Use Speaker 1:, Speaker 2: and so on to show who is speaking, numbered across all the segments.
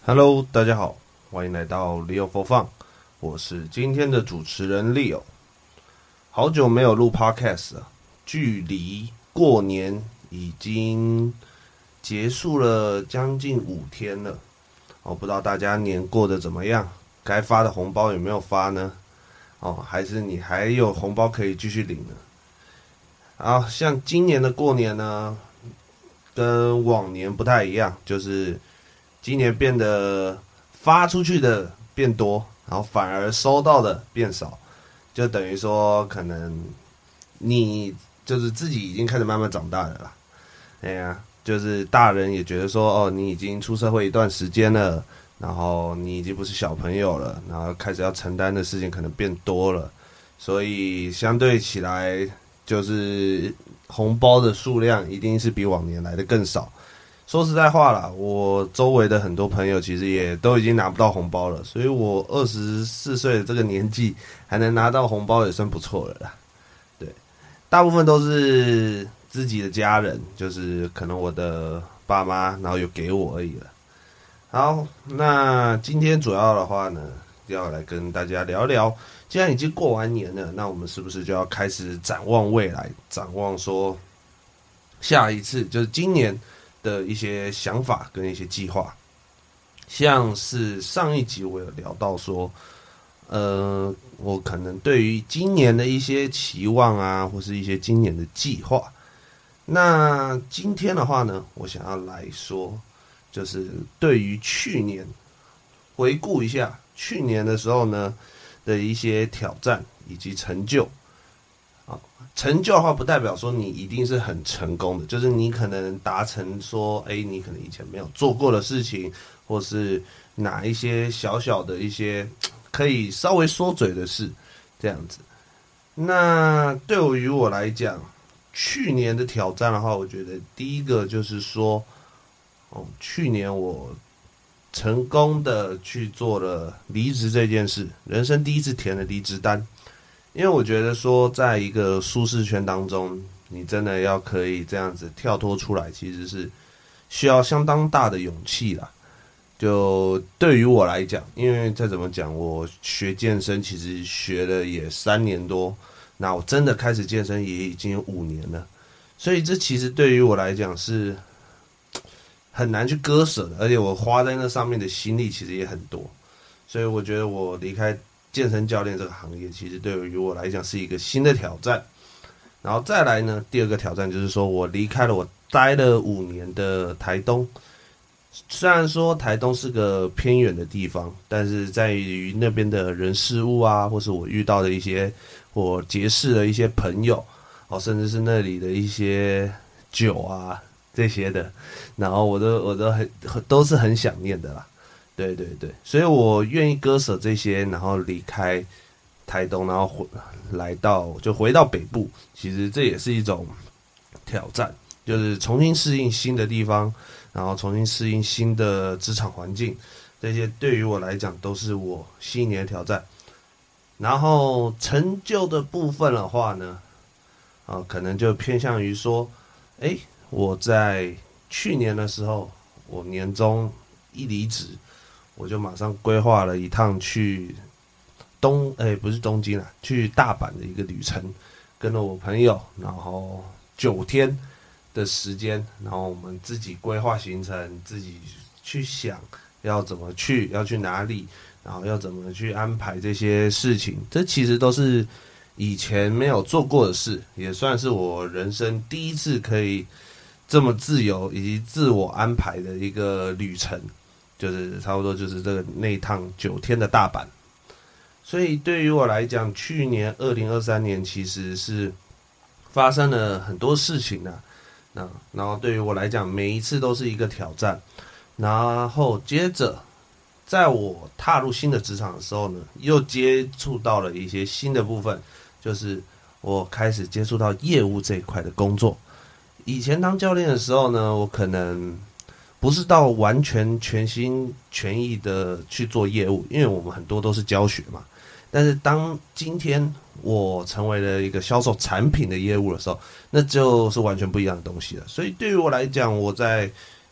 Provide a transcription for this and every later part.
Speaker 1: Hello，大家好，欢迎来到 Leo 播放，我是今天的主持人 Leo。好久没有录 Podcast 了，距离过年已经结束了将近5天了。不知道大家年过得怎么样？该发的红包有没有发呢？还是你还有红包可以继续领呢？像今年的过年呢，跟往年不太一样，就是今年变得发出去的变多，然后反而收到的变少，就等于说可能你就是自己已经开始慢慢长大了啦。就是大人也觉得说，你已经出社会一段时间了，然后你已经不是小朋友了，然后开始要承担的事情可能变多了，所以相对起来，就是红包的数量一定是比往年来的更少。说实在话啦，我周围的很多朋友其实也都已经拿不到红包了，所以我24岁的这个年纪还能拿到红包也算不错了啦。对，大部分都是自己的家人，就是可能我的爸妈，然后有给我而已了。好，那今天主要的话呢，要来跟大家聊聊，既然已经过完年了，那我们是不是就要开始展望未来，展望说下一次就是今年的一些想法跟一些计划。像是上一集我有聊到说，我可能对于今年的一些期望啊，或是一些今年的计划。那今天的话呢，我想要来说，就是对于去年回顾一下去年的时候呢的一些挑战以及成就。成就的话不代表说你一定是很成功的，就是你可能达成说，你可能以前没有做过的事情，或是哪一些小小的一些可以稍微说嘴的事，这样子。那对于我来讲，去年的挑战的话，我觉得第一个就是说，去年我成功的去做了离职这件事，人生第一次填了离职单。因为我觉得说，在一个舒适圈当中，你真的要可以这样子跳脱出来，其实是需要相当大的勇气啦。就对于我来讲，因为再怎么讲，我学健身其实学了也3年多，那我真的开始健身也已经有5年了，所以这其实对于我来讲是很难去割舍的，而且我花在那上面的心力其实也很多，所以我觉得我离开健身教练这个行业，其实对于我来讲是一个新的挑战。然后再来呢，第二个挑战就是说我离开了我待了5年的台东。虽然说台东是个偏远的地方，但是在于那边的人事物啊，或是我遇到的一些我结识的一些朋友，甚至是那里的一些酒啊这些的，然后我都是很想念的啦。对对对，所以我愿意割舍这些，然后离开台东，然后回到北部。其实这也是一种挑战，就是重新适应新的地方，然后重新适应新的职场环境，这些对于我来讲都是我新一年的挑战。然后成就的部分的话呢，可能就偏向于说，我在去年的时候，我年终一离职，我就马上规划了一趟去不是东京啦，去大阪的一个旅程，跟了我朋友，然后9天的时间，然后我们自己规划行程，自己去想要怎么去，要去哪里，然后要怎么去安排这些事情，这其实都是以前没有做过的事，也算是我人生第一次可以这么自由以及自我安排的一个旅程。就是差不多就是那一趟9天的大阪。所以对于我来讲，去年2023年其实是发生了很多事情的。然后对于我来讲，每一次都是一个挑战。然后接着在我踏入新的职场的时候呢，又接触到了一些新的部分，就是我开始接触到业务这一块的工作。以前当教练的时候呢，我可能不是到完全全心全意的去做业务，因为我们很多都是教学嘛。但是当今天我成为了一个销售产品的业务的时候，那就是完全不一样的东西了。所以对于我来讲，我在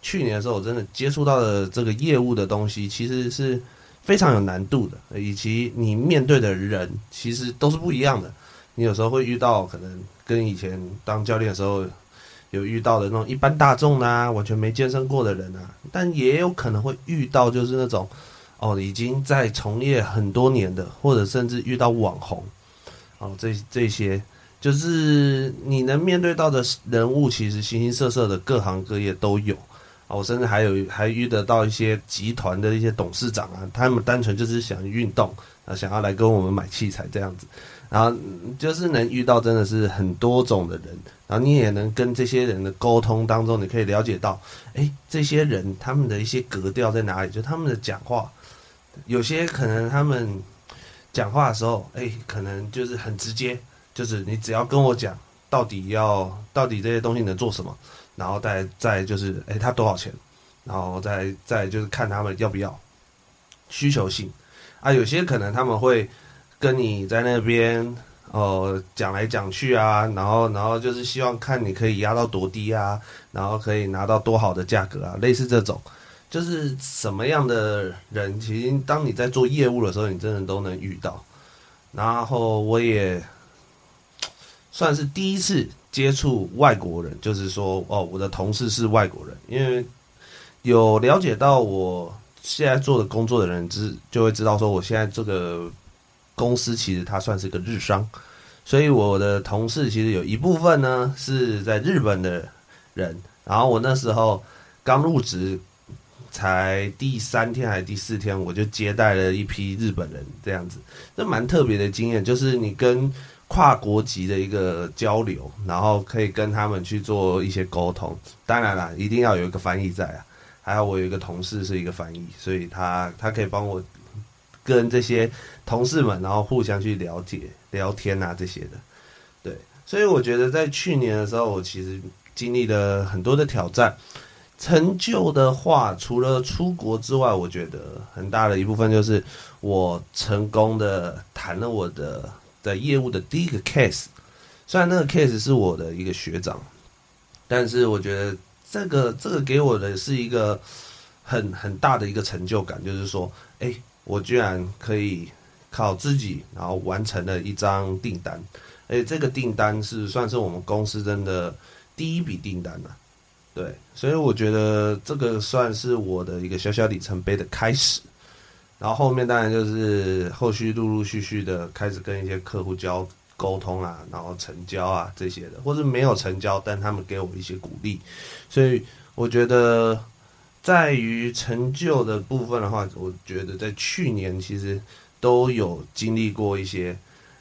Speaker 1: 去年的时候，我真的接触到的这个业务的东西，其实是非常有难度的，以及你面对的人其实都是不一样的。你有时候会遇到可能跟以前当教练的时候有遇到的那种一般大众啊，完全没健身过的人啊，但也有可能会遇到就是那种已经在从业很多年的，或者甚至遇到网红这些。就是你能面对到的人物，其实形形色色的，各行各业都有。我甚至还遇得到一些集团的一些董事长啊，他们单纯就是想运动想要来跟我们买器材这样子。然后就是能遇到真的是很多种的人，然后你也能跟这些人的沟通当中，你可以了解到，这些人他们的一些格调在哪里，就他们的讲话，有些可能他们讲话的时候，可能就是很直接。就是你只要跟我讲到底这些东西能做什么，然后再就是它多少钱，然后再就是看他们要不要需求性啊。有些可能他们会跟你在那边讲来讲去啊，然后就是希望看你可以压到多低啊，然后可以拿到多好的价格啊，类似这种。就是什么样的人，其实当你在做业务的时候，你真的都能遇到。然后我也算是第一次接触外国人，就是说我的同事是外国人，因为有了解到我现在做的工作的人就会知道说，我现在这个公司其实它算是个日商，所以我的同事其实有一部分呢是在日本的人，然后我那时候刚入职才第3天还是第4天，我就接待了一批日本人，这样子，这蛮特别的经验，就是你跟跨国籍的一个交流，然后可以跟他们去做一些沟通。当然啦，一定要有一个翻译在啊。还有我有一个同事是一个翻译，所以他可以帮我跟这些同事们，然后互相去了解聊天啊这些的。对，所以我觉得在去年的时候，我其实经历了很多的挑战。成就的话，除了出国之外，我觉得很大的一部分就是我成功的谈了我的业务的第一个 case。虽然那个 case 是我的一个学长，但是我觉得这个给我的是一个很大的一个成就感，就是说，我居然可以靠自己，然后完成了一张订单。这个订单算是我们公司真的第一笔订单了。对，所以我觉得这个算是我的一个小小里程碑的开始，然后后面当然就是后续陆陆续续的开始跟一些客户沟通啊，然后成交啊这些的，或是没有成交，但他们给我一些鼓励，所以我觉得在于成就的部分的话，我觉得在去年其实都有经历过一些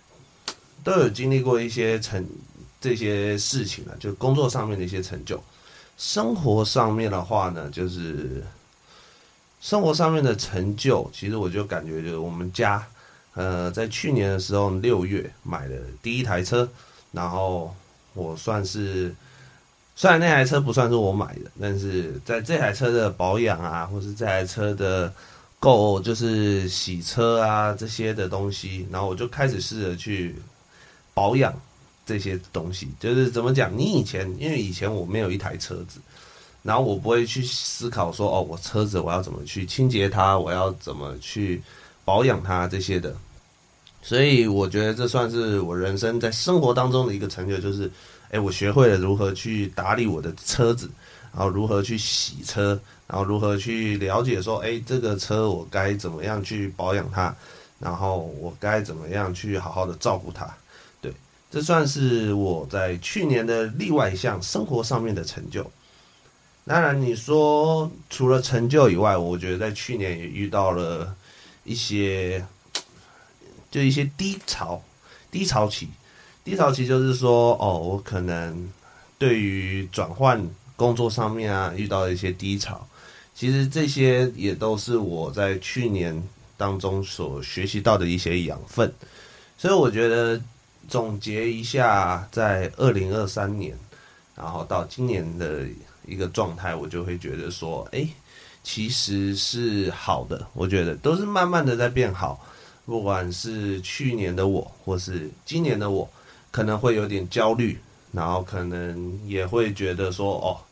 Speaker 1: 这些事情啊，就工作上面的一些成就。生活上面的话呢，就是生活上面的成就，其实我就感觉就是我们家，在去年的时候6月买了第一台车，然后我算是，虽然那台车不算是我买的，但是在这台车的保养啊，或是这台车的就是洗车啊这些的东西，然后我就开始试着去保养这些东西。就是怎么讲，因为以前我没有一台车子，然后我不会去思考说，我车子我要怎么去清洁它，我要怎么去保养它这些的。所以我觉得这算是我人生在生活当中的一个成就，就是我学会了如何去打理我的车子，然后如何去洗车，然后如何去了解说，这个车我该怎么样去保养它，然后我该怎么样去好好的照顾它。对，这算是我在去年的另外一项生活上面的成就。当然你说除了成就以外，我觉得在去年也遇到了一些低潮期。低潮期就是说，我可能对于转换工作上面啊遇到了一些低潮。其实这些也都是我在去年当中所学习到的一些养分。所以我觉得总结一下，在2023年，然后到今年的一个状态，我就会觉得说，其实是好的。我觉得都是慢慢的在变好。不管是去年的我，或是今年的我，可能会有点焦虑，然后可能也会觉得说，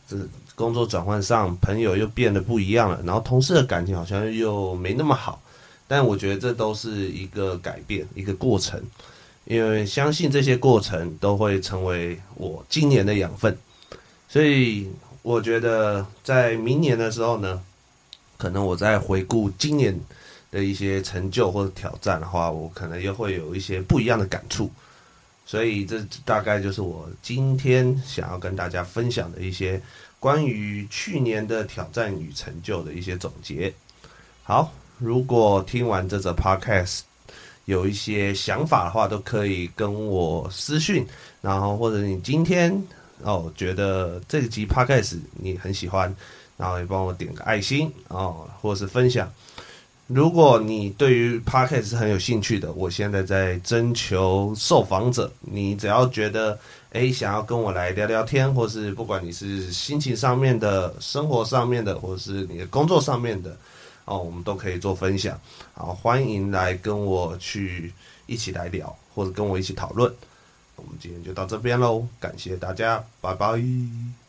Speaker 1: 这工作转换上，朋友又变得不一样了，然后同事的感情好像又没那么好。但我觉得这都是一个改变，一个过程，因为相信这些过程都会成为我今年的养分。所以我觉得在明年的时候呢，可能我在回顾今年的一些成就或者挑战的话，我可能又会有一些不一样的感触。所以这大概就是我今天想要跟大家分享的一些关于去年的挑战与成就的一些总结。好，如果听完这则 podcast 有一些想法的话，都可以跟我私讯，然后或者你今天觉得这集 podcast 你很喜欢，然后也帮我点个爱心或者是分享。如果你对于 Podcast 是很有兴趣的，我现在在征求受访者，你只要觉得想要跟我来聊聊天，或是不管你是心情上面的、生活上面的，或者是你的工作上面的我们都可以做分享。好，欢迎来跟我去一起来聊，或者跟我一起讨论。我们今天就到这边咯，感谢大家，拜拜。